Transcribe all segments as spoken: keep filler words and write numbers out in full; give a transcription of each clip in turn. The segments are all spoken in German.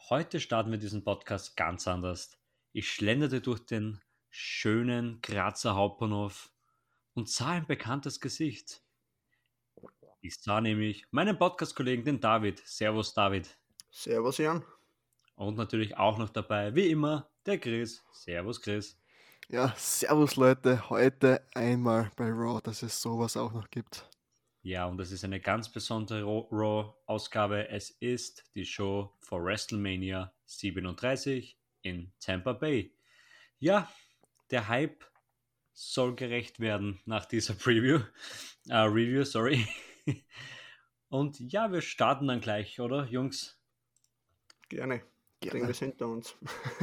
Heute starten wir diesen Podcast ganz anders. Ich schlenderte durch den schönen Grazer Hauptbahnhof und sah ein bekanntes Gesicht. Ich sah nämlich meinen Podcast-Kollegen, den David. Servus, David. Servus, Jan. Und natürlich auch noch dabei, wie immer, der Chris. Servus, Chris. Ja, servus Leute, heute einmal bei Raw, dass es sowas auch noch gibt. Ja, und das ist eine ganz besondere Raw- Raw-Ausgabe. Es ist die Show vor WrestleMania siebenunddreißig in Tampa Bay. Ja, der Hype soll gerecht werden nach dieser Preview. Äh, Review, sorry. Und ja, wir starten dann gleich, oder, Jungs? Gerne. Bringen wir es hinter uns.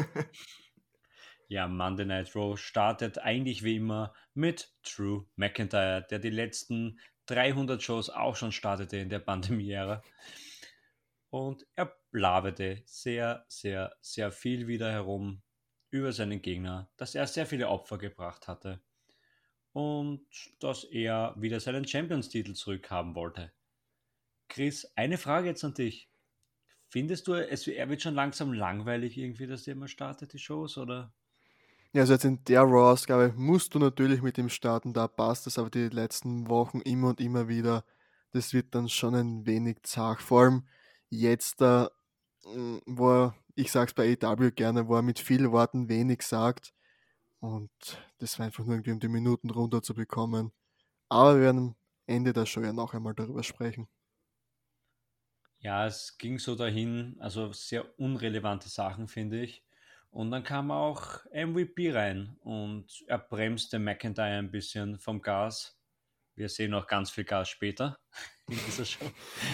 Ja, Monday Night Raw startet eigentlich wie immer mit Drew McIntyre, der die letzten dreihundert Shows auch schon startete in der Pandemie-Ära. Und er laberte sehr, sehr, sehr viel wieder herum über seinen Gegner, dass er sehr viele Opfer gebracht hatte und dass er wieder seinen Champions-Titel zurückhaben wollte. Chris, eine Frage jetzt an dich. Findest du, es, er wird schon langsam langweilig irgendwie, dass der immer startet, die Shows, oder? Ja, also jetzt in der Raw-Ausgabe musst du natürlich mit ihm starten, da passt es, aber die letzten Wochen immer und immer wieder, das wird dann schon ein wenig zart. Vor allem jetzt da, mm, wo er, ich sag's bei A E W gerne, wo er mit vielen Worten wenig sagt und das war einfach nur irgendwie um die Minuten runterzubekommen. Aber wir werden am Ende der Show ja noch einmal darüber sprechen. Ja, es ging so dahin, also sehr unrelevante Sachen, finde ich. Und dann kam auch M V P rein und er bremste McIntyre ein bisschen vom Gas. Wir sehen noch ganz viel Gas später in dieser Show.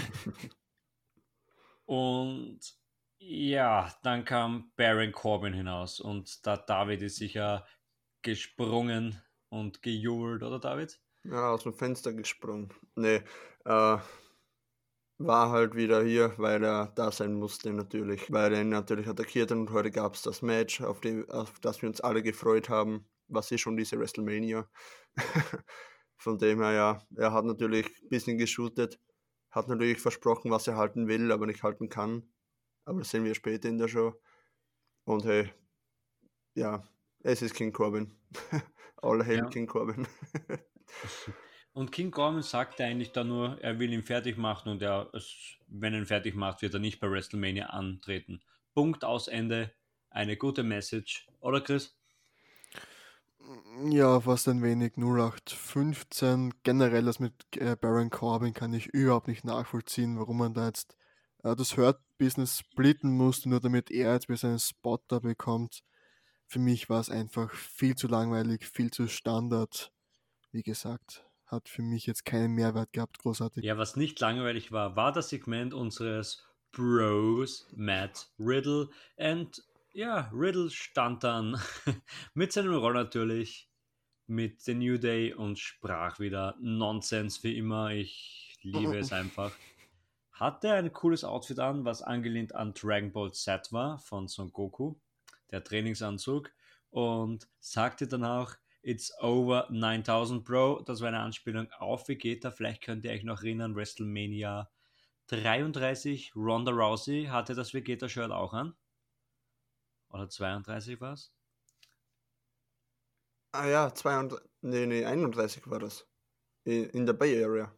Und ja, dann kam Baron Corbin hinaus und da David ist sicher gesprungen und gejubelt, oder David? Ja, aus dem Fenster gesprungen. Nee, äh, war halt wieder hier, weil er da sein musste natürlich, weil er ihn natürlich attackiert hat und heute gab es das Match, auf, die, auf das wir uns alle gefreut haben, was ist schon diese WrestleMania. Von dem her, ja, er hat natürlich ein bisschen geshootet, hat natürlich versprochen, was er halten will, aber nicht halten kann. Aber das sehen wir später in der Show. Und hey, ja, es ist King Corbin. All hail Ja. King Corbin. Und King Corbin sagte eigentlich da nur, er will ihn fertig machen und er, es, wenn er ihn fertig macht, wird er nicht bei WrestleMania antreten. Punkt aus Ende. Eine gute Message. Oder Chris? Ja, fast ein wenig null acht fünfzehn. Generell das mit äh, Baron Corbin kann ich überhaupt nicht nachvollziehen, warum man da jetzt äh, das Hurt-Business splitten musste, nur damit er jetzt wieder seinen Spot da bekommt. Für mich war es einfach viel zu langweilig, viel zu Standard. Wie gesagt, hat für mich jetzt keinen Mehrwert gehabt, großartig. Ja, was nicht langweilig war, war das Segment unseres Bros Matt Riddle. Und ja, Riddle stand dann mit seinem Roll natürlich mit The New Day und sprach wieder Nonsens wie immer. Ich liebe es einfach. Hatte ein cooles Outfit an, was angelehnt an Dragon Ball Z war von Son Goku, der Trainingsanzug, und sagte dann auch, It's over neuntausend, Bro. Das war eine Anspielung auf Vegeta. Vielleicht könnt ihr euch noch erinnern, WrestleMania dreiunddreißig, Ronda Rousey hatte das Vegeta-Shirt auch an. Oder zweiunddreißig war es? Ah ja, zweiunddreißig, nee, nee, einunddreißig war das. In, in der Bay Area.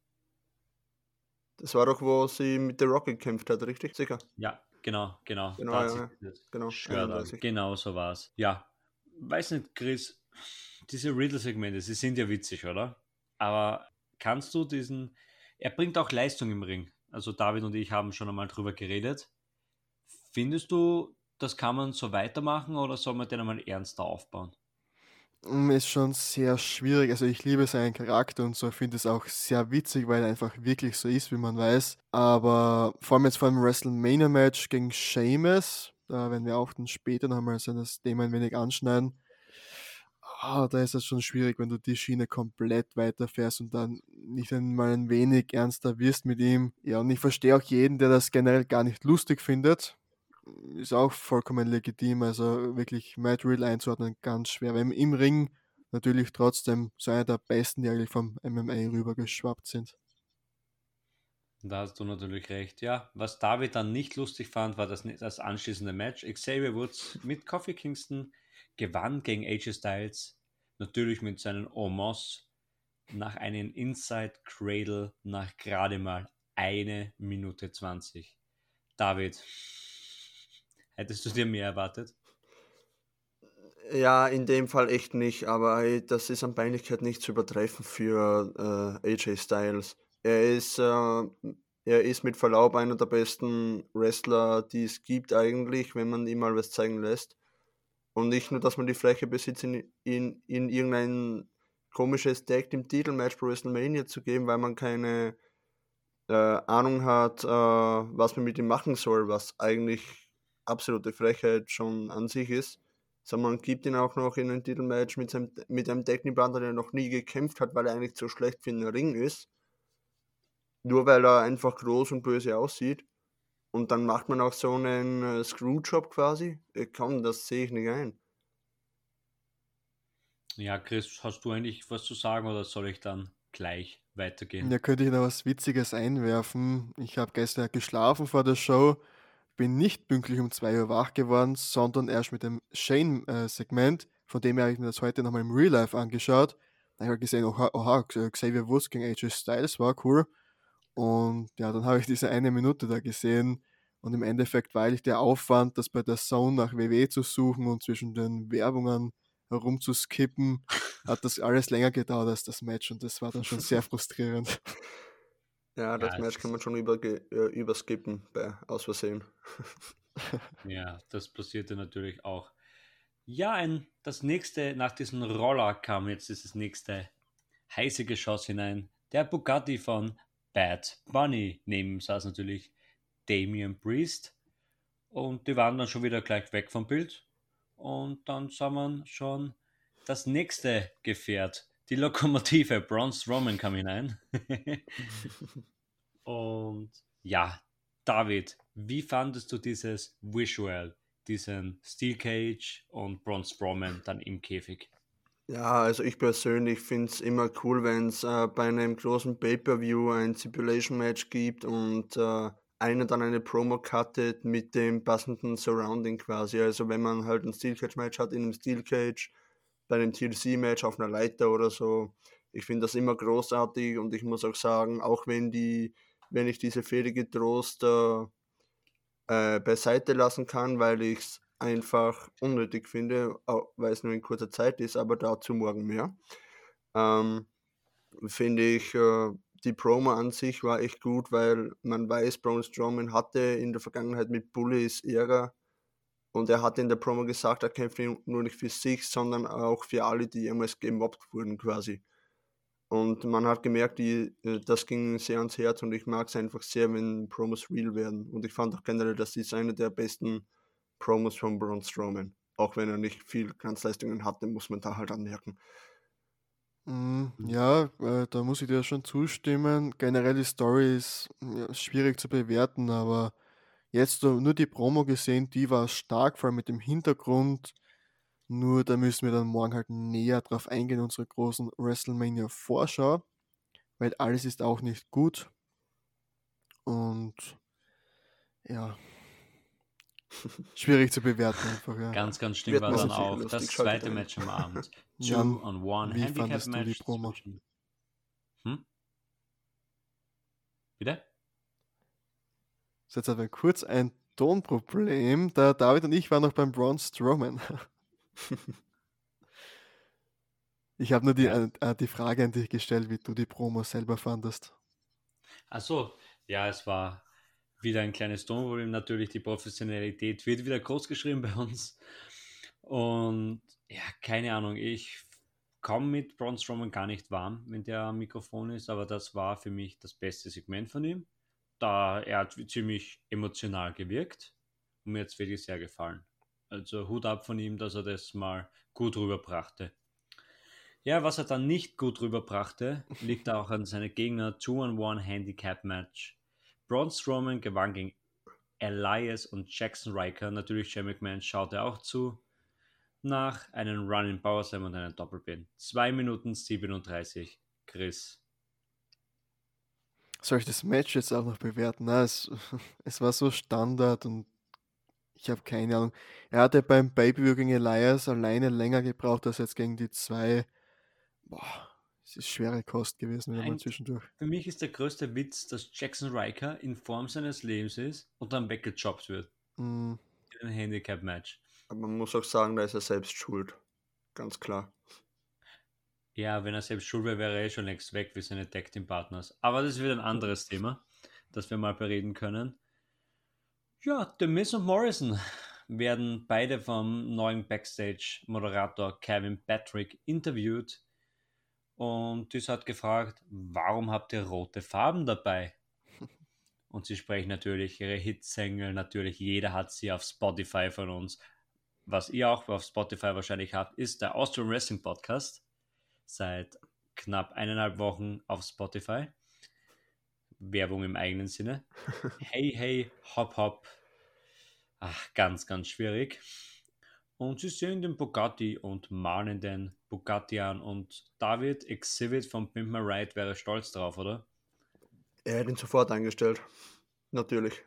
Das war doch, wo sie mit The Rock gekämpft hat, richtig? Sicher. Ja, genau, genau. Genau, Da hat ja, sich ja. das Genau, Shirt an. einunddreißig. Genau so war es. Ja, weiß nicht, Chris, diese Riddle-Segmente, sie sind ja witzig, oder? Aber kannst du diesen, er bringt auch Leistung im Ring. Also David und ich haben schon einmal drüber geredet. Findest du, das kann man so weitermachen oder soll man den einmal ernster aufbauen? Mm, Ist schon sehr schwierig. Also ich liebe seinen Charakter und so, finde es auch sehr witzig, weil er einfach wirklich so ist, wie man weiß. Aber vor allem jetzt vor dem WrestleMania-Match gegen Sheamus, da werden wir auch dann später nochmal so das Thema ein wenig anschneiden. Ah, da ist es schon schwierig, wenn du die Schiene komplett weiterfährst und dann nicht einmal ein wenig ernster wirst mit ihm. Ja, und ich verstehe auch jeden, der das generell gar nicht lustig findet. Ist auch vollkommen legitim. Also wirklich Matt Riddle einzuordnen, ganz schwer. Weil im Ring natürlich trotzdem so einer der besten, die eigentlich vom M M A rübergeschwappt sind. Da hast du natürlich recht. Ja, was David dann nicht lustig fand, war das, das anschließende Match. Xavier Woods mit Kofi Kingston gewann gegen A J Styles. Natürlich mit seinen Omos nach einem Inside Cradle nach gerade mal eine Minute zwanzig. David, hättest du dir mehr erwartet? Ja, in dem Fall echt nicht, aber ey, das ist an Peinlichkeit nicht zu übertreffen für äh, A J Styles. Er ist, äh, er ist mit Verlaub einer der besten Wrestler, die es gibt eigentlich, wenn man ihm mal was zeigen lässt. Und nicht nur, dass man die Fläche besitzt, in, in, in irgendein komisches Tag Team Titelmatch bei WrestleMania zu geben, weil man keine äh, Ahnung hat, äh, was man mit ihm machen soll, was eigentlich absolute Frechheit schon an sich ist, sondern man gibt ihn auch noch in ein Titelmatch mit, seinem, mit einem Tag Team Partner, der noch nie gekämpft hat, weil er eigentlich zu schlecht für den Ring ist, nur weil er einfach groß und böse aussieht. Und dann macht man auch so einen äh, Screwjob quasi. Äh, Komm, das sehe ich nicht ein. Ja, Chris, hast du eigentlich was zu sagen oder soll ich dann gleich weitergehen? Ja, könnte ich noch was Witziges einwerfen. Ich habe gestern geschlafen vor der Show, bin nicht pünktlich um zwei Uhr wach geworden, sondern erst mit dem Shane-Segment, von dem habe ich mir das heute nochmal im Real Life angeschaut. Da habe ich gesehen, oha, oha, Xavier Woods gegen A J Styles war cool. Und ja, dann habe ich diese eine Minute da gesehen. Und im Endeffekt war eigentlich der Aufwand, das bei der Zone nach W W zu suchen und zwischen den Werbungen herumzuskippen, hat das alles länger gedauert als das Match. Und das war dann schon sehr frustrierend. Ja, das Ja, es Match kann ist, man schon überge äh, überskippen bei aus Versehen. ja, das passierte natürlich auch. Ja, ein, das nächste, nach diesem Roller kam jetzt dieses nächste heiße Geschoss hinein. Der Bugatti von Bad Bunny. Neben ihm saß natürlich Damian Priest. Und die waren dann schon wieder gleich weg vom Bild. Und dann sah man schon das nächste Gefährt. Die Lokomotive. Braun Strowman kam hinein. Und ja, David, wie fandest du dieses Visual, diesen Steel Cage und Braun Strowman dann im Käfig? Ja, also ich persönlich finde es immer cool, wenn es äh, bei einem großen Pay-Per-View ein Stipulation-Match gibt und äh, einer dann eine Promo cuttet mit dem passenden Surrounding quasi. Also wenn man halt ein Steel Cage-Match hat in einem Steel Cage, bei einem T L C-Match auf einer Leiter oder so. Ich finde das immer großartig und ich muss auch sagen, auch wenn die, wenn ich diese Fehde getrost äh, äh, beiseite lassen kann, weil ich es einfach unnötig finde, au- weil es nur in kurzer Zeit ist, aber dazu morgen mehr. Ähm, Finde ich, äh, die Promo an sich war echt gut, weil man weiß, Braun Strowman hatte in der Vergangenheit mit Bullies Ära und er hat in der Promo gesagt, er kämpft nur nicht für sich, sondern auch für alle, die jemals gemobbt wurden quasi. Und man hat gemerkt, die, äh, das ging sehr ans Herz und ich mag es einfach sehr, wenn Promos real werden. Und ich fand auch generell, das ist eine der besten Promos von Braun Strowman. Auch wenn er nicht viel Glanzleistungen hatte, muss man da halt anmerken. Mm, ja, äh, da muss ich dir schon zustimmen. Generell die Story ist ja, schwierig zu bewerten, aber jetzt so nur die Promo gesehen, die war stark, vor allem mit dem Hintergrund. Nur da müssen wir dann morgen halt näher drauf eingehen, in unserer großen WrestleMania-Vorschau, weil alles ist auch nicht gut. Und ja, schwierig zu bewerten einfach, ja. Ganz, ganz schlimm Wird war morgen dann Also, sicher auch lustig, das schaltet zweite ein. Match am Abend. Jan, Two-on-One wie fandest du die Handicap-Match Promo? zwischen. Hm? Bitte? Das ist jetzt aber kurz ein Tonproblem. Der David und ich waren noch beim Braun Strowman. Ich habe nur die, Ja. äh, äh, die Frage an dich gestellt, wie du die Promo selber fandest. Achso, ja, es war wieder ein kleines Tonproblem. Natürlich, die Professionalität wird wieder groß geschrieben bei uns. Und ja, keine Ahnung, ich komme mit Braun Strowman gar nicht warm, wenn der am Mikrofon ist, aber das war für mich das beste Segment von ihm. Da er hat ziemlich emotional gewirkt und mir hat es wirklich sehr gefallen. Also Hut ab von ihm, dass er das mal gut rüberbrachte. Ja, was er dann nicht gut rüberbrachte, liegt auch an seine Gegner. Two-on-One Handicap Match. Braun Strowman gewann gegen Elias und Jackson Riker. Natürlich, Shane McMahon schaute auch zu. Nach einem Run in Power Slam und einem Doppelpin. zwei Minuten siebenunddreißig. Chris. Soll ich das Match jetzt auch noch bewerten? Na, es, es war so Standard und ich habe keine Ahnung. Er hatte beim Pay-Per-View gegen Elias alleine länger gebraucht als jetzt gegen die zwei. Boah, es ist schwere Kost gewesen, wieder mal Ein, zwischendurch. für mich ist der größte Witz, dass Jackson Riker in Form seines Lebens ist und dann weggejobbt wird Mm, in einem Handicap-Match. Aber man muss auch sagen, da ist er selbst schuld. Ganz klar. Ja, wenn er selbst schuld wäre, wäre er eh schon längst weg wie seine Tag Team Partners. Aber das ist wieder ein anderes Thema, das wir mal bereden können. Ja, The Miz und Morrison werden beide vom neuen Backstage-Moderator Kevin Patrick interviewt. Und dieser hat gefragt, warum habt ihr rote Farben dabei? Und sie sprechen natürlich ihre Hitsingle, natürlich jeder hat sie auf Spotify von uns. Was ihr auch auf Spotify wahrscheinlich habt, ist der Austrian Wrestling Podcast. Seit knapp eineinhalb Wochen auf Spotify. Werbung im eigenen Sinne. Hey, hey, hopp, hopp. Ach, ganz, ganz schwierig. Und sie sehen den Bugatti und mahnen den Bugatti an. Und David Exhibit von Pimp My Ride wäre stolz drauf, oder? Er hat ihn sofort eingestellt. Natürlich.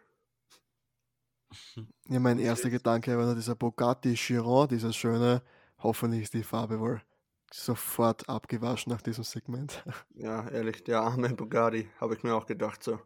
ja, mein Und erster jetzt- Gedanke war nur dieser Bugatti Chiron, dieser schöne. Hoffentlich ist die Farbe wohl sofort abgewaschen nach diesem Segment. Ja, ehrlich, der arme Bugatti, habe ich mir auch gedacht so.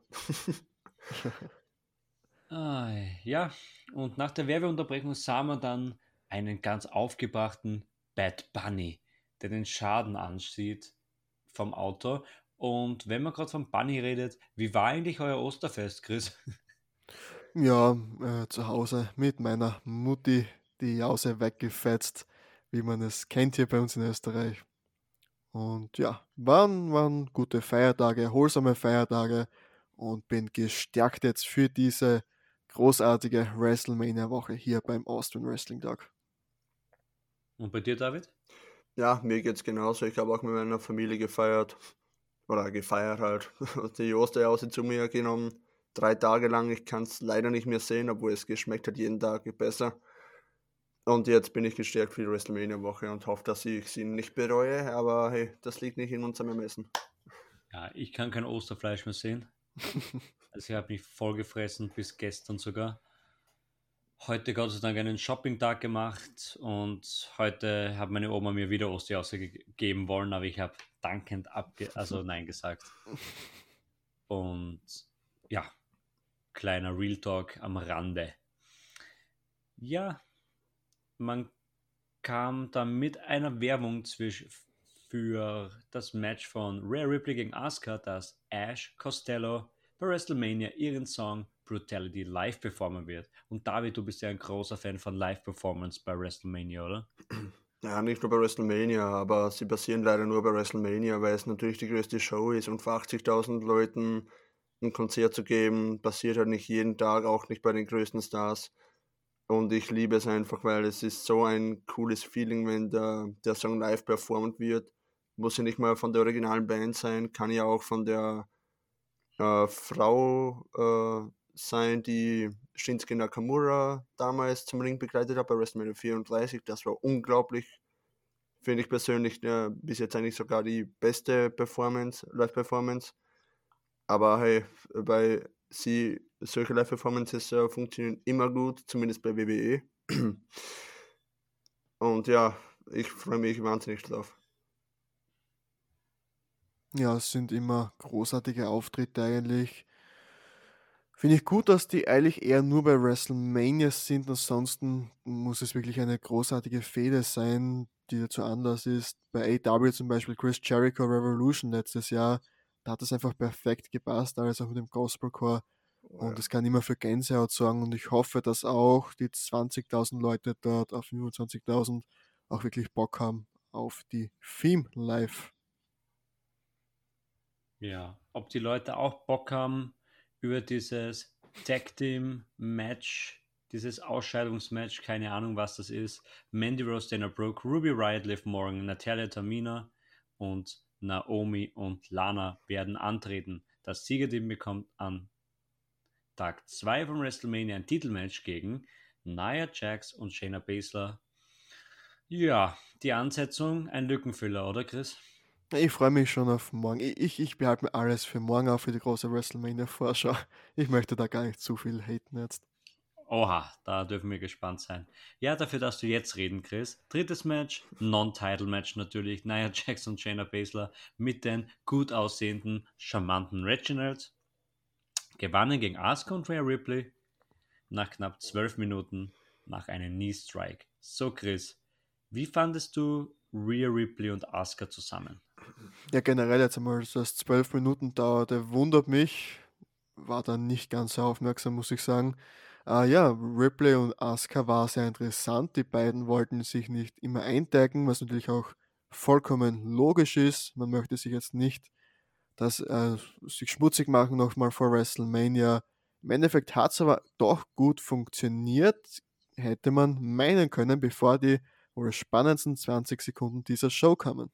Ah, ja, und nach der Werbeunterbrechung sah man dann einen ganz aufgebrachten Bad Bunny, der den Schaden ansieht vom Auto. Und wenn man gerade von Bunny redet, wie war eigentlich euer Osterfest, Chris? Ja, äh, zu Hause mit meiner Mutti die Jause weggefetzt, wie man es kennt hier bei uns in Österreich. Und ja, waren, waren gute Feiertage, erholsame Feiertage und bin gestärkt jetzt für diese großartige WrestleMania-Woche hier beim Austrian Wrestling Tag. Und bei dir, David? Ja, mir geht's genauso. Ich habe auch mit meiner Familie gefeiert. Oder gefeiert halt. Die Osterjause zu mir genommen. Drei Tage lang. Ich kann es leider nicht mehr sehen, obwohl es geschmeckt hat jeden Tag besser. Und jetzt bin ich gestärkt für die WrestleMania-Woche und hoffe, dass ich sie nicht bereue. Aber hey, das liegt nicht in unserem Ermessen. Ja, ich kann kein Osterfleisch mehr sehen. Also ich habe mich vollgefressen bis gestern sogar. Heute Gott sei Dank einen Shopping-Tag gemacht und heute hat meine Oma mir wieder Osterjause geben wollen, aber ich habe dankend abge also Nein gesagt. Und ja, kleiner Real Talk am Rande. Ja, man kam da mit einer Werbung zwischen für das Match von Rhea Ripley gegen Asuka, dass Ash Costello bei WrestleMania ihren Song Brutality live performen wird. Und David, du bist ja ein großer Fan von Live-Performance bei WrestleMania, oder? Ja, nicht nur bei WrestleMania, aber sie passieren leider nur bei WrestleMania, weil es natürlich die größte Show ist und vor achtzigtausend Leuten ein Konzert zu geben, passiert halt nicht jeden Tag, auch nicht bei den größten Stars. Und ich liebe es einfach, weil es ist so ein cooles Feeling, wenn der, der Song live performt wird. Muss ja nicht mal von der originalen Band sein, kann ja auch von der äh, Frau äh, sein, die Shinsuke Nakamura damals zum Ring begleitet hat bei WrestleMania vierunddreißig. Das war unglaublich. Finde ich persönlich äh, bis jetzt eigentlich sogar die beste Performance, Live-Performance. Aber hey, bei sie, solche Live-Performances äh, funktionieren immer gut, zumindest bei W W E. Und ja, ich freue mich wahnsinnig drauf. Ja, es sind immer großartige Auftritte eigentlich. Finde ich gut, dass die eigentlich eher nur bei WrestleMania sind. Ansonsten muss es wirklich eine großartige Fehde sein, die dazu anders ist. Bei A E W zum Beispiel Chris Jericho Revolution letztes Jahr, da hat es einfach perfekt gepasst, alles auch mit dem Gospelchor. Und es kann immer für Gänsehaut sorgen. Und ich hoffe, dass auch die zwanzigtausend Leute dort auf fünfundzwanzigtausend auch wirklich Bock haben auf die Theme live. Ja, ob die Leute auch Bock haben über dieses Tag Team Match, dieses Ausscheidungsmatch, keine Ahnung, was das ist. Mandy Rose, Dana Brooke, Ruby Riott, Liv Morgan, Natalia Tamina und Naomi und Lana werden antreten. Das Siegerteam bekommt an Tag zwei von WrestleMania ein Titelmatch gegen Nia Jax und Shayna Baszler. Ja, die Ansetzung ein Lückenfüller, oder Chris? Ich freue mich schon auf morgen. Ich, ich, ich behalte mir alles für morgen auf, für die große WrestleMania-Vorschau. Ich möchte da gar nicht zu viel haten jetzt. Oha, da dürfen wir gespannt sein. Ja, dafür darfst du jetzt reden, Chris. Drittes Match, Non-Title-Match natürlich. Nia Jax und Shayna Baszler mit den gut aussehenden, charmanten Reginald. Gewannen gegen Asuka und Rhea Ripley nach knapp zwölf Minuten nach einem Knee-Strike. So, Chris, wie fandest du Rhea Ripley und Asuka zusammen? Ja, generell jetzt einmal, dass das zwölf Minuten dauerte, wundert mich. War dann nicht ganz so aufmerksam, muss ich sagen. Äh, ja, Ripley und Asuka war sehr interessant. Die beiden wollten sich nicht immer eintaggen, was natürlich auch vollkommen logisch ist. Man möchte sich jetzt nicht das, äh, sich schmutzig machen nochmal vor WrestleMania. Im Endeffekt hat es aber doch gut funktioniert, hätte man meinen können, bevor die wohl spannendsten zwanzig Sekunden dieser Show kamen.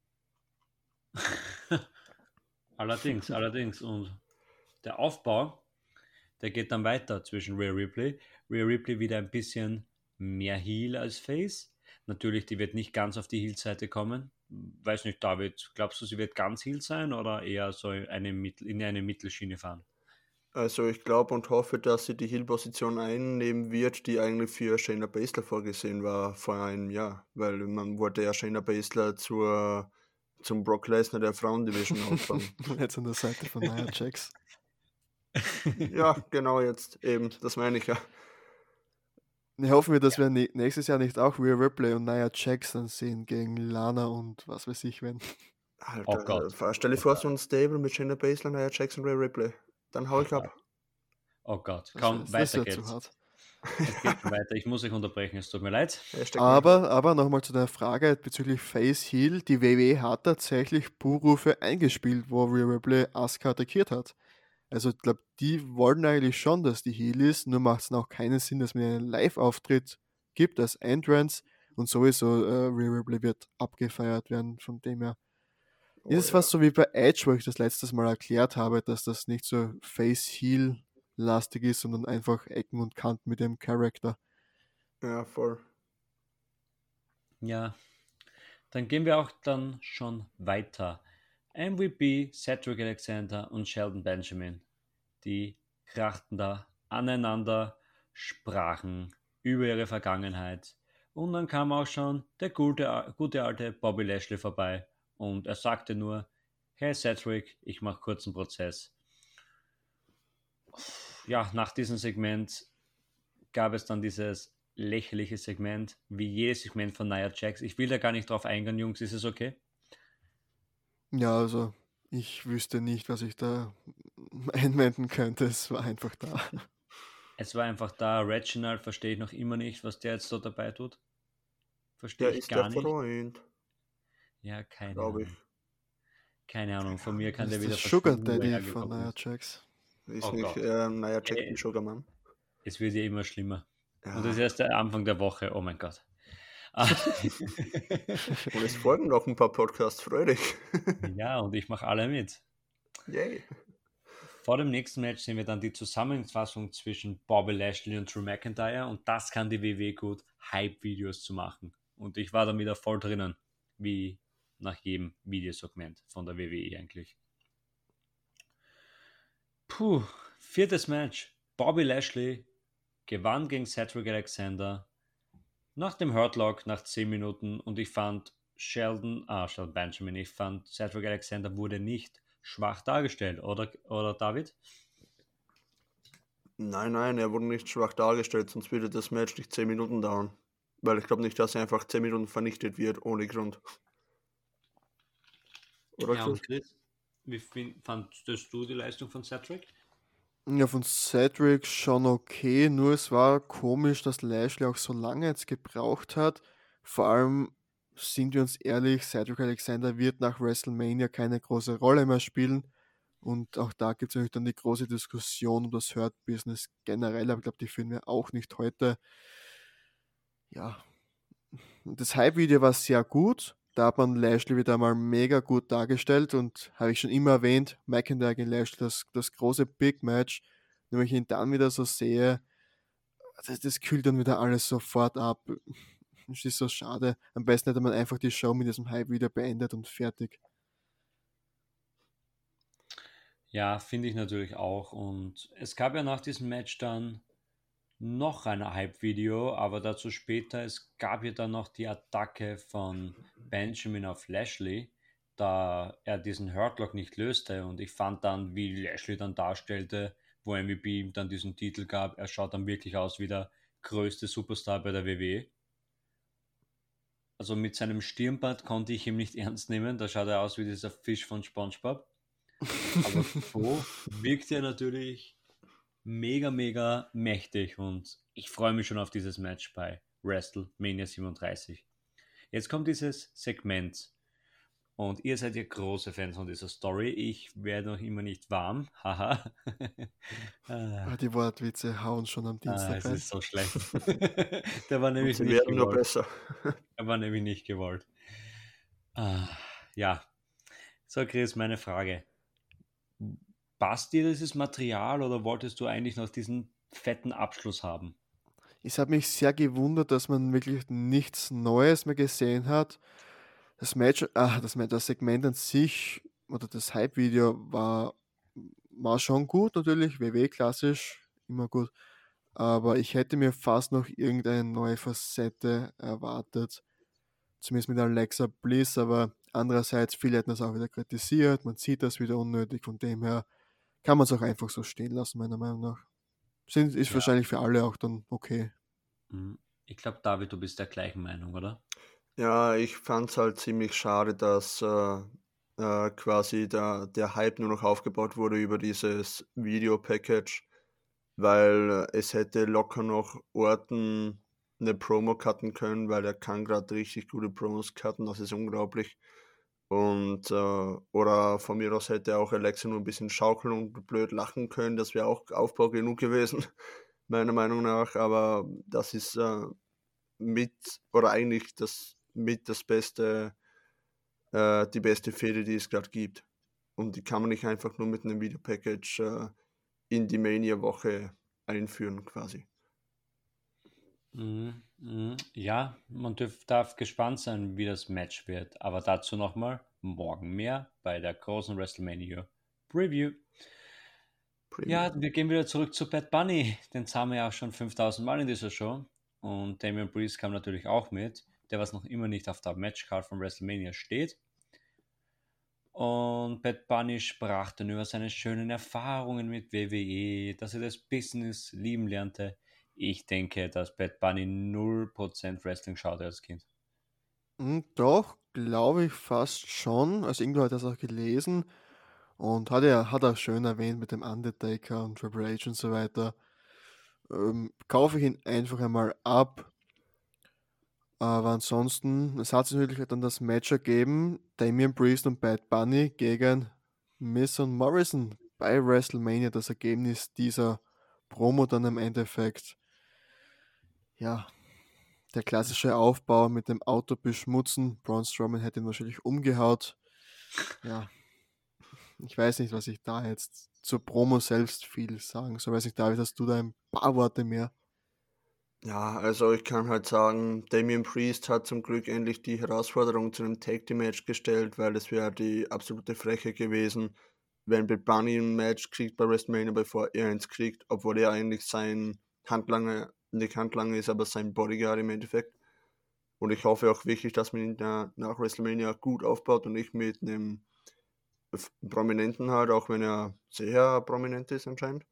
allerdings, allerdings. Und der Aufbau, der geht dann weiter zwischen Rhea Ripley. Rhea Ripley wieder ein bisschen mehr Heel als Face. Natürlich, die wird nicht ganz auf die Heel-Seite kommen. Weiß nicht, David, glaubst du, sie wird ganz Heel sein oder eher so eine Mittel, in eine Mittelschiene fahren? Also ich glaube und hoffe, dass sie die Heel-Position einnehmen wird, die eigentlich für Shayna Baszler vorgesehen war vor einem Jahr. Weil man wollte ja Shayna Baszler zur, zum Brock Lesnar der Frauendivision aufbauen. Jetzt an der Seite von Nia Jax. Ja, genau jetzt eben, das meine ich ja. Ich hoffe mir, dass wir nä- nächstes Jahr nicht auch Rhea Ripley und Nia Jax dann sehen gegen Lana und was weiß ich wenn. Oh Alter, Gott. stell dir Oh vor, Gott. so ein Stable mit Shayna Baszler, Nia Jax und Rhea Ripley. Dann hau Oh ich Gott. ab. Oh Gott. Das wäre Kaum, das weiter wär zu geht's. hart. Es geht schon weiter. Ich muss euch unterbrechen, es tut mir leid. Hashtag mehr. Aber, aber nochmal zu der Frage bezüglich Face Heel. Die W W E hat tatsächlich Buhrufe eingespielt, wo Rhea Ripley Asuka attackiert hat. Also ich glaube, die wollen eigentlich schon, dass die Heel ist, nur macht es auch keinen Sinn, dass man einen Live-Auftritt gibt als Entrance und sowieso äh, Rhea Ripley wird abgefeiert werden, von dem her. Ist Oh es ja. fast so wie bei Edge, wo ich das letztes Mal erklärt habe, dass das nicht so Face-Heel-lastig ist, sondern einfach Ecken und Kanten mit dem Charakter. Ja, voll. Ja, dann gehen wir auch dann schon weiter. M V P, Cedric Alexander und Sheldon Benjamin, die krachten da aneinander, sprachen über ihre Vergangenheit. Und dann kam auch schon der gute, gute alte Bobby Lashley vorbei und er sagte nur, hey Cedric, ich mache kurzen Prozess. Ja, nach diesem Segment gab es dann dieses lächerliche Segment, wie jedes Segment von Nia Jax. Ich will da gar nicht drauf eingehen, Jungs, ist es okay? Ja, also ich wüsste nicht, was ich da einwenden könnte. Es war einfach da. Es war einfach da, Reginald verstehe ich noch immer nicht, was der jetzt so dabei tut. Verstehe Der ich ist der gar nicht. Freund, Ja, keine glaube ich. Ahnung. Keine Ahnung, von mir kann Das der ist wieder das Sugar verschwinden, wo er Daddy von hergekommen Nia ist. Jax. Ist Oh nicht Gott. ähm, Nia Jax Ey, ein Sugarman? es wird ja immer schlimmer. Und das ist Ja. erst der Anfang der Woche, oh mein Gott. Ah. Und es folgen noch ein paar Podcasts, freu dich. Ja, und ich mache alle mit. Yay. Vor dem nächsten Match sehen wir dann die Zusammenfassung zwischen Bobby Lashley und Drew McIntyre und das kann die W W E gut, Hype-Videos zu machen. Und ich war dann wieder voll drinnen, wie nach jedem Videosegment von der W W E eigentlich. Puh, viertes Match. Bobby Lashley gewann gegen Cedric Alexander nach dem Hurtlock nach zehn Minuten und ich fand Sheldon, ah, Sheldon Benjamin, ich fand Cedric Alexander wurde nicht schwach dargestellt, oder, oder David? Nein, nein, er wurde nicht schwach dargestellt, sonst würde das Match nicht zehn Minuten dauern. Weil ich glaube nicht, dass er einfach zehn Minuten vernichtet wird, ohne Grund. Oder Ja, Chris? und Chris, wie find, fandest du die Leistung von Cedric? Ja, von Cedric schon okay, nur es war komisch, dass Lashley auch so lange jetzt gebraucht hat. Vor allem, sind wir uns ehrlich, Cedric Alexander wird nach WrestleMania keine große Rolle mehr spielen. Und auch da gibt es natürlich dann die große Diskussion um das Hurt-Business generell, aber ich glaube, die führen wir auch nicht heute. Ja, das Hype-Video war sehr gut. Da hat man Lashley wieder mal mega gut dargestellt und habe ich schon immer erwähnt, McIntyre gegen Lashley, das, das große Big Match. Und wenn ich ihn dann wieder so sehe, das, das kühlt dann wieder alles sofort ab. Das ist so schade. Am besten hätte man einfach die Show mit diesem Hype-Video beendet und fertig. Ja, finde ich natürlich auch. Und es gab ja nach diesem Match dann noch ein Hype-Video, aber dazu später. Es gab ja dann noch die Attacke von Benjamin auf Lashley, da er diesen Hurtlock nicht löste. Und ich fand dann, wie Lashley dann darstellte, wo M V P ihm dann diesen Titel gab, er schaut dann wirklich aus wie der größte Superstar bei der W W E. Also mit seinem Stirnband konnte ich ihn nicht ernst nehmen. Da schaut er aus wie dieser Fisch von SpongeBob. Aber so wirkt er natürlich mega, mega mächtig und ich freue mich schon auf dieses Match bei WrestleMania siebenunddreißig. Jetzt kommt dieses Segment und ihr seid ja große Fans von dieser Story. Ich werde noch immer nicht warm. Haha. Ah, ah, die Wortwitze hauen schon am ah, Dienstag es rein. ist so schlecht. Der war Und nämlich sie nicht werden nur gewollt. besser. Er war nämlich nicht gewollt. Ah, ja. So, Chris, meine Frage. Passt dir dieses Material oder wolltest du eigentlich noch diesen fetten Abschluss haben? Es hat mich sehr gewundert, dass man wirklich nichts Neues mehr gesehen hat. Das Match, ah, das, Ma- das Segment an sich oder das Hype-Video war, war schon gut, natürlich, W W klassisch, immer gut. Aber ich hätte mir fast noch irgendeine neue Facette erwartet. Zumindest mit Alexa Bliss, aber andererseits, viele hätten das auch wieder kritisiert. Man sieht das wieder unnötig, von dem her kann man es auch einfach so stehen lassen, meiner Meinung nach. Sind, ist Ja. wahrscheinlich für alle auch dann okay. Mhm. Ich glaube, David, du bist der gleichen Meinung, oder? Ja, ich fand es halt ziemlich schade, dass äh, äh, quasi der, der Hype nur noch aufgebaut wurde über dieses Video-Package, weil äh, es hätte locker noch Orten eine Promo cutten können, weil er kann gerade richtig gute Promos cutten, das ist unglaublich. Und äh, oder von mir aus hätte auch Alexa nur ein bisschen schaukeln und blöd lachen können, das wäre auch Aufbau genug gewesen, meiner Meinung nach. Aber das ist äh, mit, oder eigentlich das mit das beste, äh, die beste Fehde, die es gerade gibt. Und die kann man nicht einfach nur mit einem Videopackage äh, in die Mania-Woche einführen, quasi. Mhm. Mhm. Ja, man dürf, darf gespannt sein, wie das Match wird. Aber dazu nochmal morgen mehr bei der großen WrestleMania Preview. Preview. Ja, wir gehen wieder zurück zu Bad Bunny. Den haben wir ja auch schon fünftausend Mal in dieser Show. Und Damian Priest kam natürlich auch mit, der was noch immer nicht auf der Matchcard von WrestleMania steht. Und Bad Bunny sprach dann über seine schönen Erfahrungen mit W W E, dass er das Business lieben lernte. Ich denke, dass Bad Bunny null Prozent Wrestling schaute als Kind. Hm, doch, glaube ich fast schon. Also irgendwo hat er das auch gelesen und hat er hat er schön erwähnt mit dem Undertaker und Triple H und so weiter. Ähm, kaufe ich ihn einfach einmal ab. Aber ansonsten, es hat sich natürlich dann das Match ergeben, Damian Priest und Bad Bunny gegen Miz und Morrison bei WrestleMania. Das Ergebnis dieser Promo dann im Endeffekt, ja, der klassische Aufbau mit dem Auto beschmutzen. Braun Strowman hätte ihn wahrscheinlich umgehaut. Ja, ich weiß nicht, was ich da jetzt zur Promo selbst viel sagen soll. Weiß nicht, David, hast du da ein paar Worte mehr? Ja, also ich kann halt sagen, Damian Priest hat zum Glück endlich die Herausforderung zu einem Tag Team Match gestellt, weil es wäre die absolute Freche gewesen, wenn Bad Bunny ein Match kriegt bei WrestleMania, bevor er eins kriegt, obwohl er eigentlich sein Handlanger, nicht Handlanger ist, aber sein Bodyguard im Endeffekt. Und ich hoffe auch wirklich, dass man ihn da nach WrestleMania gut aufbaut und nicht mit einem F- Prominenten halt, auch wenn er sehr prominent ist anscheinend.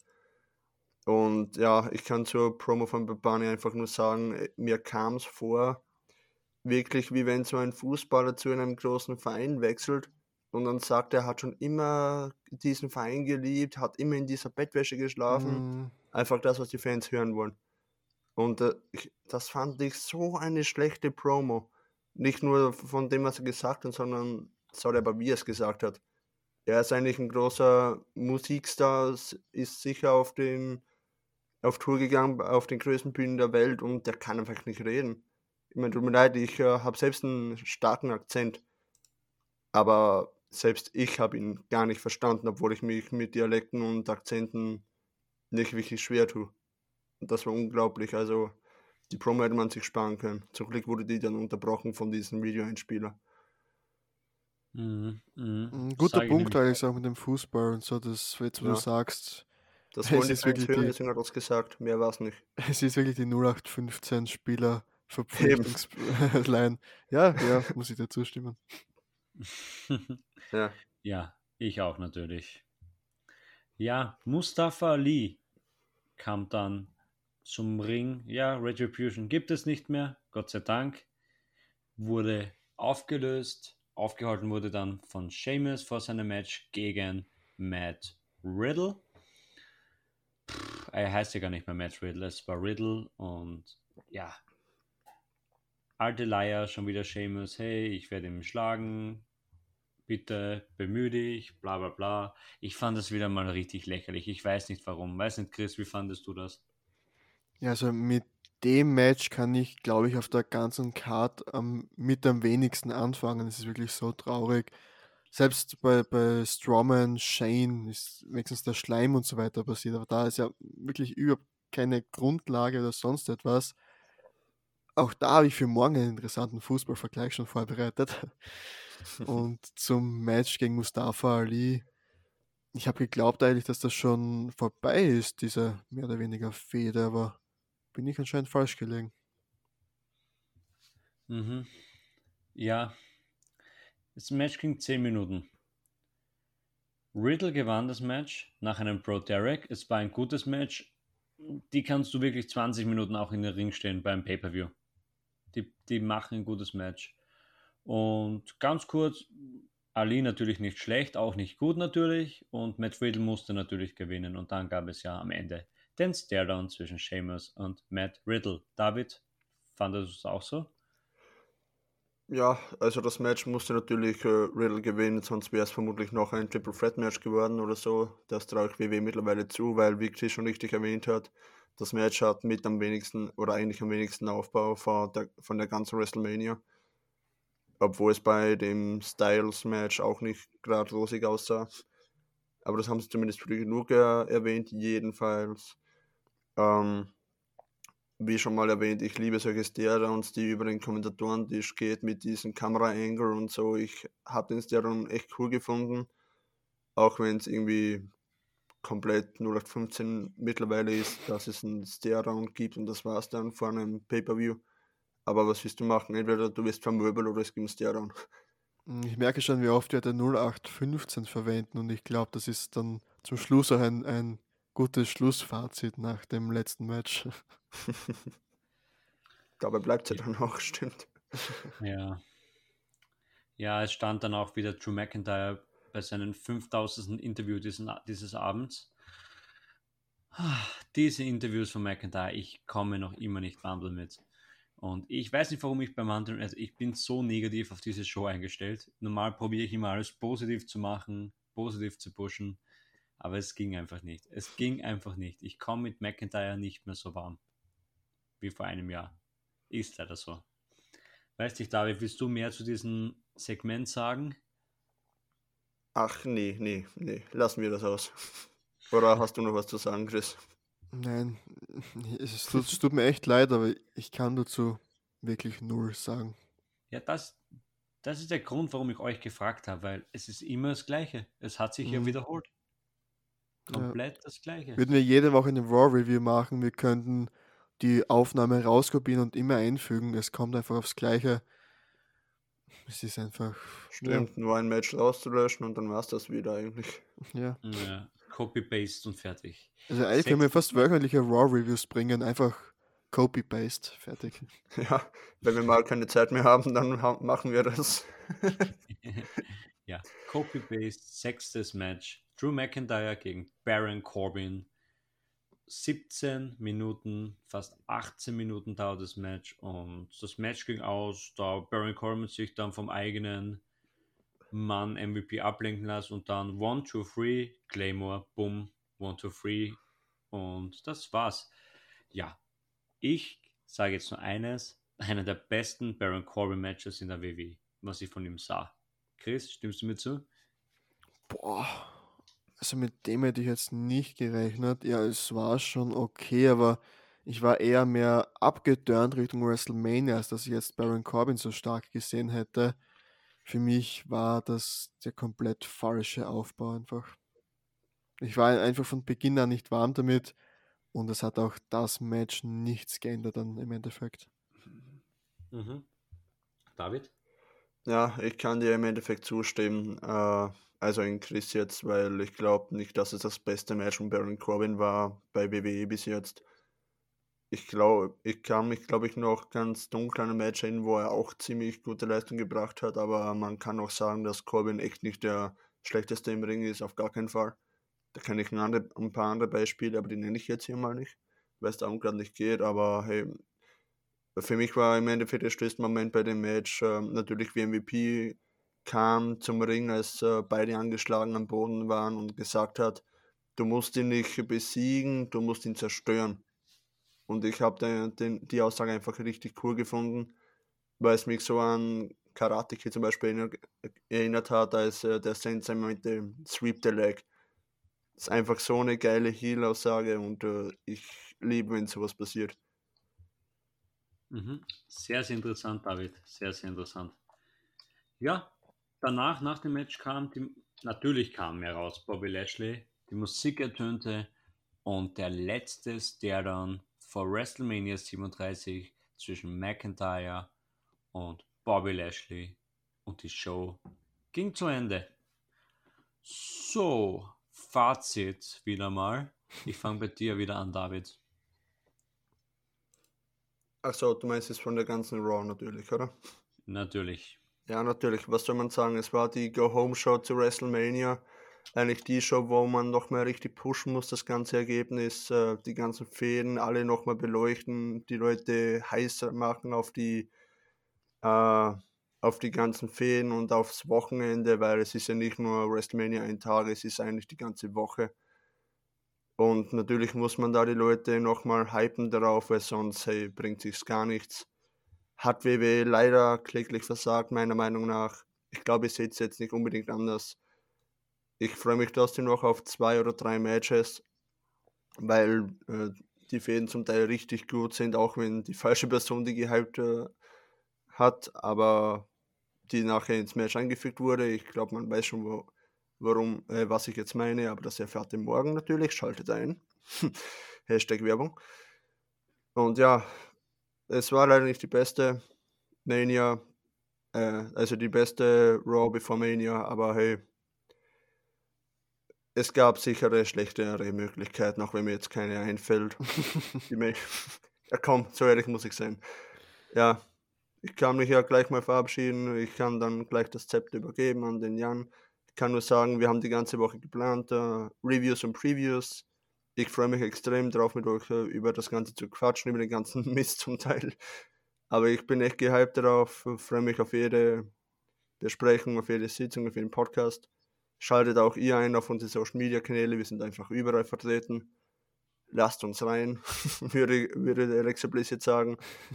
Und ja, ich kann zur Promo von Bad Bunny einfach nur sagen, äh, mir kam es vor, wirklich wie wenn so ein Fußballer zu einem großen Verein wechselt und dann sagt, er hat schon immer diesen Verein geliebt, hat immer in dieser Bettwäsche geschlafen. Mm, Einfach das, was die Fans hören wollen. Und äh, ich, das fand ich so eine schlechte Promo. Nicht nur von dem, was er gesagt hat, sondern sorry, aber wie er es gesagt hat. Er ist eigentlich ein großer Musikstar, s- ist sicher auf den auf Tour gegangen, auf den größten Bühnen der Welt und der kann einfach nicht reden. Ich meine, tut mir leid, ich äh, habe selbst einen starken Akzent, aber selbst ich habe ihn gar nicht verstanden, obwohl ich mich mit Dialekten und Akzenten nicht wirklich schwer tue. Und das war unglaublich. Also die Promo hätte man sich sparen können. Zum Glück wurde die dann unterbrochen von diesem Videoeinspieler. Mhm, mhm. Ein guter Sage ich Punkt nämlich eigentlich auch. auch mit dem Fußball und so, das jetzt, wo du Ja, sagst, das wollen es die ist Fans wirklich hören, die, deswegen hat er es gesagt. Mehr war es nicht. es ist wirklich die null acht fünfzehn Spieler Eben. Verpflichtungsline. Ja, ja, muss ich dir zustimmen. Ja. Ja, ich auch natürlich. Ja, Mustafa Ali kam dann zum Ring. Ja, Retribution gibt es nicht mehr, Gott sei Dank. Wurde aufgelöst. Aufgehalten wurde dann von Sheamus vor seinem Match gegen Matt Riddle. Pff, er heißt ja gar nicht mehr Matt Riddle, es war Riddle und ja, alte Leier, schon wieder Sheamus, hey, ich werde ihn schlagen, bitte bemühe dich, bla bla bla. Ich fand das wieder mal richtig lächerlich. Ich weiß nicht warum. Weiß nicht, Chris, wie fandest du das? Ja, also mit dem Match kann ich, glaube ich, auf der ganzen Card am, mit am wenigsten anfangen. Es ist wirklich so traurig. Selbst bei, bei Strowman, Shane ist wenigstens der Schleim und so weiter passiert, aber da ist ja wirklich überhaupt keine Grundlage oder sonst etwas. Auch da habe ich für morgen einen interessanten Fußballvergleich schon vorbereitet. Und zum Match gegen Mustafa Ali. Ich habe geglaubt eigentlich, dass das schon vorbei ist, diese mehr oder weniger Fehde, aber bin ich anscheinend falsch gelegen. Mhm. Ja, das Match ging zehn Minuten. Riddle gewann das Match nach einem Pro Derek. Es war ein gutes Match. Die kannst du wirklich zwanzig Minuten auch in den Ring stehen beim Pay-Per-View. Die, die machen ein gutes Match. Und ganz kurz, Ali natürlich nicht schlecht, auch nicht gut natürlich. Und Matt Riddle musste natürlich gewinnen. Und dann gab es ja am Ende den Staredown zwischen Sheamus und Matt Riddle. David, fandest du es auch so? Ja, also das Match musste natürlich äh, Riddle gewinnen, sonst wäre es vermutlich noch ein Triple Threat Match geworden oder so. Das traue ich W W mittlerweile zu, weil, wie Chris schon richtig erwähnt hat, das Match hat mit am wenigsten oder eigentlich am wenigsten Aufbau von der, von der ganzen WrestleMania. Obwohl es bei dem Styles-Match auch nicht gerade rosig aussah. Aber das haben sie zumindest früh genug äh, erwähnt, jedenfalls. Ähm, Wie schon mal erwähnt, ich liebe solche Stare-Downs, die über den Kommentatoren-Tisch geht mit diesem Kamera-Angle und so. Ich habe den Stare-Down echt cool gefunden, auch wenn es irgendwie komplett null acht fünfzehn mittlerweile ist, dass es einen Stare-Down gibt und das war's dann vor einem Pay-Per-View. Aber was willst du machen? Entweder du wirst vermöbelt oder es gibt einen Stare-Down. Hm, Ich merke schon, wie oft wir den null acht fünfzehn verwenden und ich glaube, das ist dann zum Schluss auch ein, ein gutes Schlussfazit nach dem letzten Match. Dabei bleibt es Ja. ja dann auch, stimmt. Ja. Ja, es stand dann auch wieder Drew McIntyre bei seinem fünftausendsten Interview diesen, dieses Abends. Ah, Diese Interviews von McIntyre, ich komme noch immer nicht warm damit. Und ich weiß nicht, warum ich beim anderen, also ich bin so negativ auf diese Show eingestellt. Normal probiere ich immer alles positiv zu machen, positiv zu pushen, aber es ging einfach nicht. Es ging einfach nicht. Ich komme mit McIntyre nicht mehr so warm wie vor einem Jahr. Ist leider so. Weißt du, David, willst du mehr zu diesem Segment sagen? Ach, nee, nee, nee, lassen wir das aus. Oder hast du noch was zu sagen, Chris? Nein, es tut, es tut mir echt leid, aber ich kann dazu wirklich null sagen. Ja, das, das ist der Grund, warum ich euch gefragt habe, weil es ist immer das Gleiche. Es hat sich ja Mhm. wiederholt. Ja. Komplett das Gleiche. Würden wir jede Woche eine Raw-Review machen, wir könnten die Aufnahme rauskopieren und immer einfügen. Es kommt einfach aufs Gleiche. Es ist einfach, ja, Stimmt, nur ein Match rauszulöschen und dann war es das wieder eigentlich. ja. Ja, Copy-Paste und fertig. Also eigentlich können wir Sechs, fast wöchentliche Raw-Reviews bringen, einfach Copy-Paste, fertig. Ja, wenn wir mal keine Zeit mehr haben, dann ha machen wir das. ja, Copy-Paste, sechstes Match. Drew McIntyre gegen Baron Corbin. siebzehn Minuten, fast achtzehn Minuten dauert das Match und das Match ging aus, da Baron Corbin sich dann vom eigenen Mann M V P ablenken lässt und dann one two three Claymore, bumm, one two three und das war's. Ja, ich sage jetzt nur eines, einer der besten Baron Corbin Matches in der W W E, was ich von ihm sah. Chris, stimmst du mir zu? Boah, also mit dem hätte ich jetzt nicht gerechnet. Ja, es war schon okay, aber ich war eher mehr abgeturnt Richtung WrestleMania, als dass ich jetzt Baron Corbin so stark gesehen hätte. Für mich war das der komplett falsche Aufbau einfach. Ich war einfach von Beginn an nicht warm damit und es hat auch das Match nichts geändert dann im Endeffekt. Mhm. David? Ja, ich kann dir im Endeffekt zustimmen. Äh, also in Chris jetzt, weil ich glaube nicht, dass es das beste Match von Baron Corbin war bei W W E bis jetzt. Ich glaube, ich kann mich, glaube ich, noch ganz dunkel an ein Match erinnern, wo er auch ziemlich gute Leistung gebracht hat, aber man kann auch sagen, dass Corbin echt nicht der schlechteste im Ring ist, auf gar keinen Fall. Da kenne ich ein, andere, ein paar andere Beispiele, aber die nenne ich jetzt hier mal nicht, weil es darum gerade nicht geht, aber hey, für mich war im Endeffekt der schönste Moment bei dem Match äh, natürlich, wie M V P kam zum Ring, als äh, beide angeschlagen am Boden waren und gesagt hat, du musst ihn nicht besiegen, du musst ihn zerstören. Und ich habe den, den, die Aussage einfach richtig cool gefunden, weil es mich so an Karate Kid zum Beispiel erinnert, erinnert hat, als äh, der Sensei meinte, Sweep the Leg. Das ist einfach so eine geile Heal-Aussage und äh, ich liebe, wenn sowas passiert. Mhm. Sehr, sehr interessant, David. Sehr, sehr interessant. Ja, danach, nach dem Match kam die, natürlich kam mehr raus, Bobby Lashley, die Musik ertönte und der letzte Stairdown vor WrestleMania siebenunddreißig zwischen McIntyre und Bobby Lashley und die Show ging zu Ende. So, Fazit wieder mal. Ich fange bei dir wieder an, David. Achso, du meinst es von der ganzen Raw natürlich, oder? Natürlich. Ja, natürlich. Was soll man sagen? Es war die Go-Home-Show zu WrestleMania. Eigentlich die Show, wo man nochmal richtig pushen muss, das ganze Ergebnis, äh, die ganzen Fäden, alle nochmal beleuchten, die Leute heißer machen auf die, äh, auf die ganzen Fäden und aufs Wochenende, weil es ist ja nicht nur WrestleMania ein Tag, es ist eigentlich die ganze Woche. Und natürlich muss man da die Leute nochmal hypen darauf, weil sonst, hey, bringt sich's gar nichts. Hat W W E leider kläglich versagt, meiner Meinung nach. Ich glaube, ich sehe es jetzt nicht unbedingt anders. Ich freue mich trotzdem noch auf zwei oder drei Matches, weil äh, die Fäden zum Teil richtig gut sind, auch wenn die falsche Person die gehypt äh, hat, aber die nachher ins Match eingefügt wurde. Ich glaube, man weiß schon, wo, warum, äh, was ich jetzt meine, aber das erfährt ihr morgen natürlich. Schaltet ein. Hashtag Werbung. Und ja, es war leider nicht die beste Mania, äh, also die beste Raw before Mania, aber hey, es gab sichere schlechtere Möglichkeiten, auch wenn mir jetzt keine einfällt. Die mir, ja komm, so ehrlich muss ich sein. Ja, ich kann mich ja gleich mal verabschieden. Ich kann dann gleich das Zepter übergeben an den Jan. Ich kann nur sagen, wir haben die ganze Woche geplant, uh, Reviews und Previews. Ich freue mich extrem drauf, mit euch uh, über das Ganze zu quatschen, über den ganzen Mist zum Teil. Aber ich bin echt gehypt darauf, freue mich auf jede Besprechung, auf jede Sitzung, auf jeden Podcast. Schaltet auch ihr ein auf unsere Social Media Kanäle, wir sind einfach überall vertreten. Lasst uns rein, würde, würde der Alexa Bliss jetzt sagen.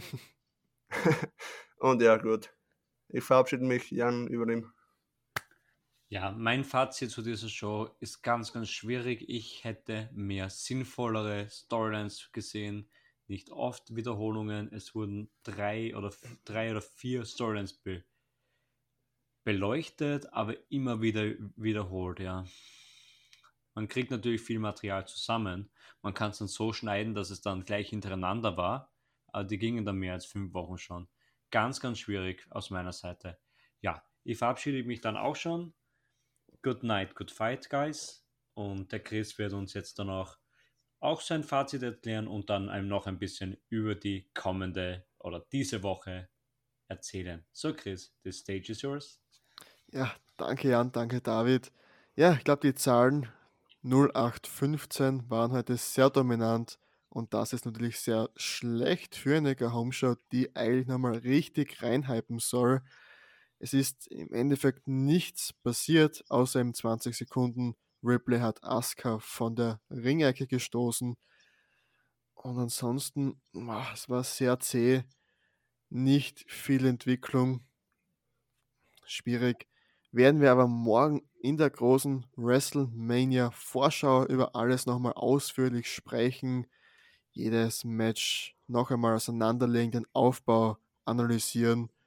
Und ja, gut. Ich verabschiede mich, Jan, übernimm. Ja, mein Fazit zu dieser Show ist ganz, ganz schwierig. Ich hätte mehr sinnvollere Storylines gesehen, nicht oft Wiederholungen. Es wurden drei oder, drei oder vier Storylines be beleuchtet, aber immer wieder wiederholt, ja. Man kriegt natürlich viel Material zusammen. Man kann es dann so schneiden, dass es dann gleich hintereinander war, aber die gingen dann mehr als fünf Wochen schon. Ganz, ganz schwierig aus meiner Seite. Ja, ich verabschiede mich dann auch schon. Good night, good fight, guys. Und der Chris wird uns jetzt dann auch, auch sein Fazit erklären und dann einem noch ein bisschen über die kommende oder diese Woche erzählen. So, Chris, the stage is yours. Ja, danke Jan, danke David. Ja, ich glaube, die Zahlen null acht fünfzehn waren heute sehr dominant und das ist natürlich sehr schlecht für eine Go-Home-Show, die eigentlich nochmal richtig reinhypen soll. Es ist im Endeffekt nichts passiert, außer im zwanzig Sekunden. Ripley hat Asuka von der Ringecke gestoßen und ansonsten, ah, es war sehr zäh, nicht viel Entwicklung, schwierig. Werden wir aber morgen in der großen WrestleMania Vorschau über alles nochmal ausführlich sprechen, jedes Match noch einmal auseinanderlegen, den Aufbau analysieren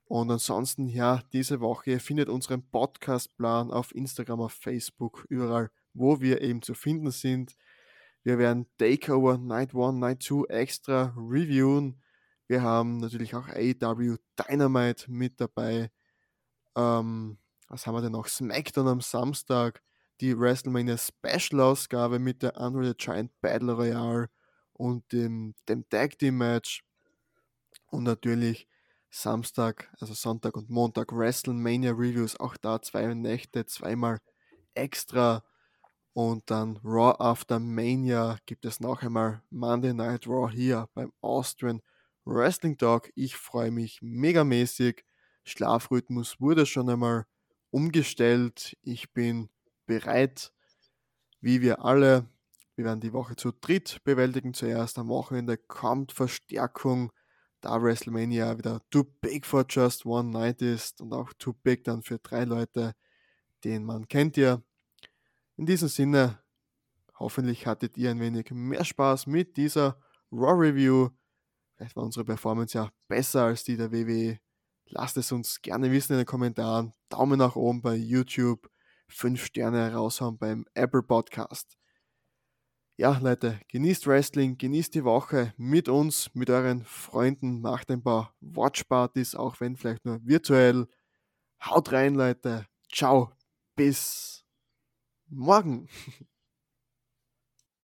Und ansonsten, ja, diese Woche, ihr findet unseren Podcastplan auf Instagram, auf Facebook, überall, wo wir eben zu finden sind. Wir werden Takeover Night eins, Night zwei extra reviewen. Wir haben natürlich auch A E W Dynamite mit dabei. Ähm, was haben wir denn noch? SmackDown am Samstag, die WrestleMania Special Ausgabe mit der Andre the Giant Battle Royale und dem, dem Tag Team Match. Und natürlich Samstag, also Sonntag und Montag WrestleMania Reviews. Auch da zwei Nächte, zweimal extra. Und dann Raw After Mania gibt es noch einmal Monday Night Raw hier beim Austrian Wrestling Talk. Ich freue mich megamäßig. Schlafrhythmus wurde schon einmal umgestellt. Ich bin bereit, wie wir alle. Wir werden die Woche zu dritt bewältigen. Zuerst am Wochenende kommt Verstärkung, da WrestleMania wieder too big for just one night ist und auch too big dann für drei Leute, den man kennt ja. In diesem Sinne, hoffentlich hattet ihr ein wenig mehr Spaß mit dieser Raw Review. Vielleicht war unsere Performance ja besser als die der W W E. Lasst es uns gerne wissen in den Kommentaren. Daumen nach oben bei YouTube. fünf Sterne raushauen beim Apple Podcast. Ja, Leute, genießt Wrestling, genießt die Woche mit uns, mit euren Freunden, macht ein paar Watchpartys, auch wenn vielleicht nur virtuell. Haut rein, Leute. Ciao. Bis morgen.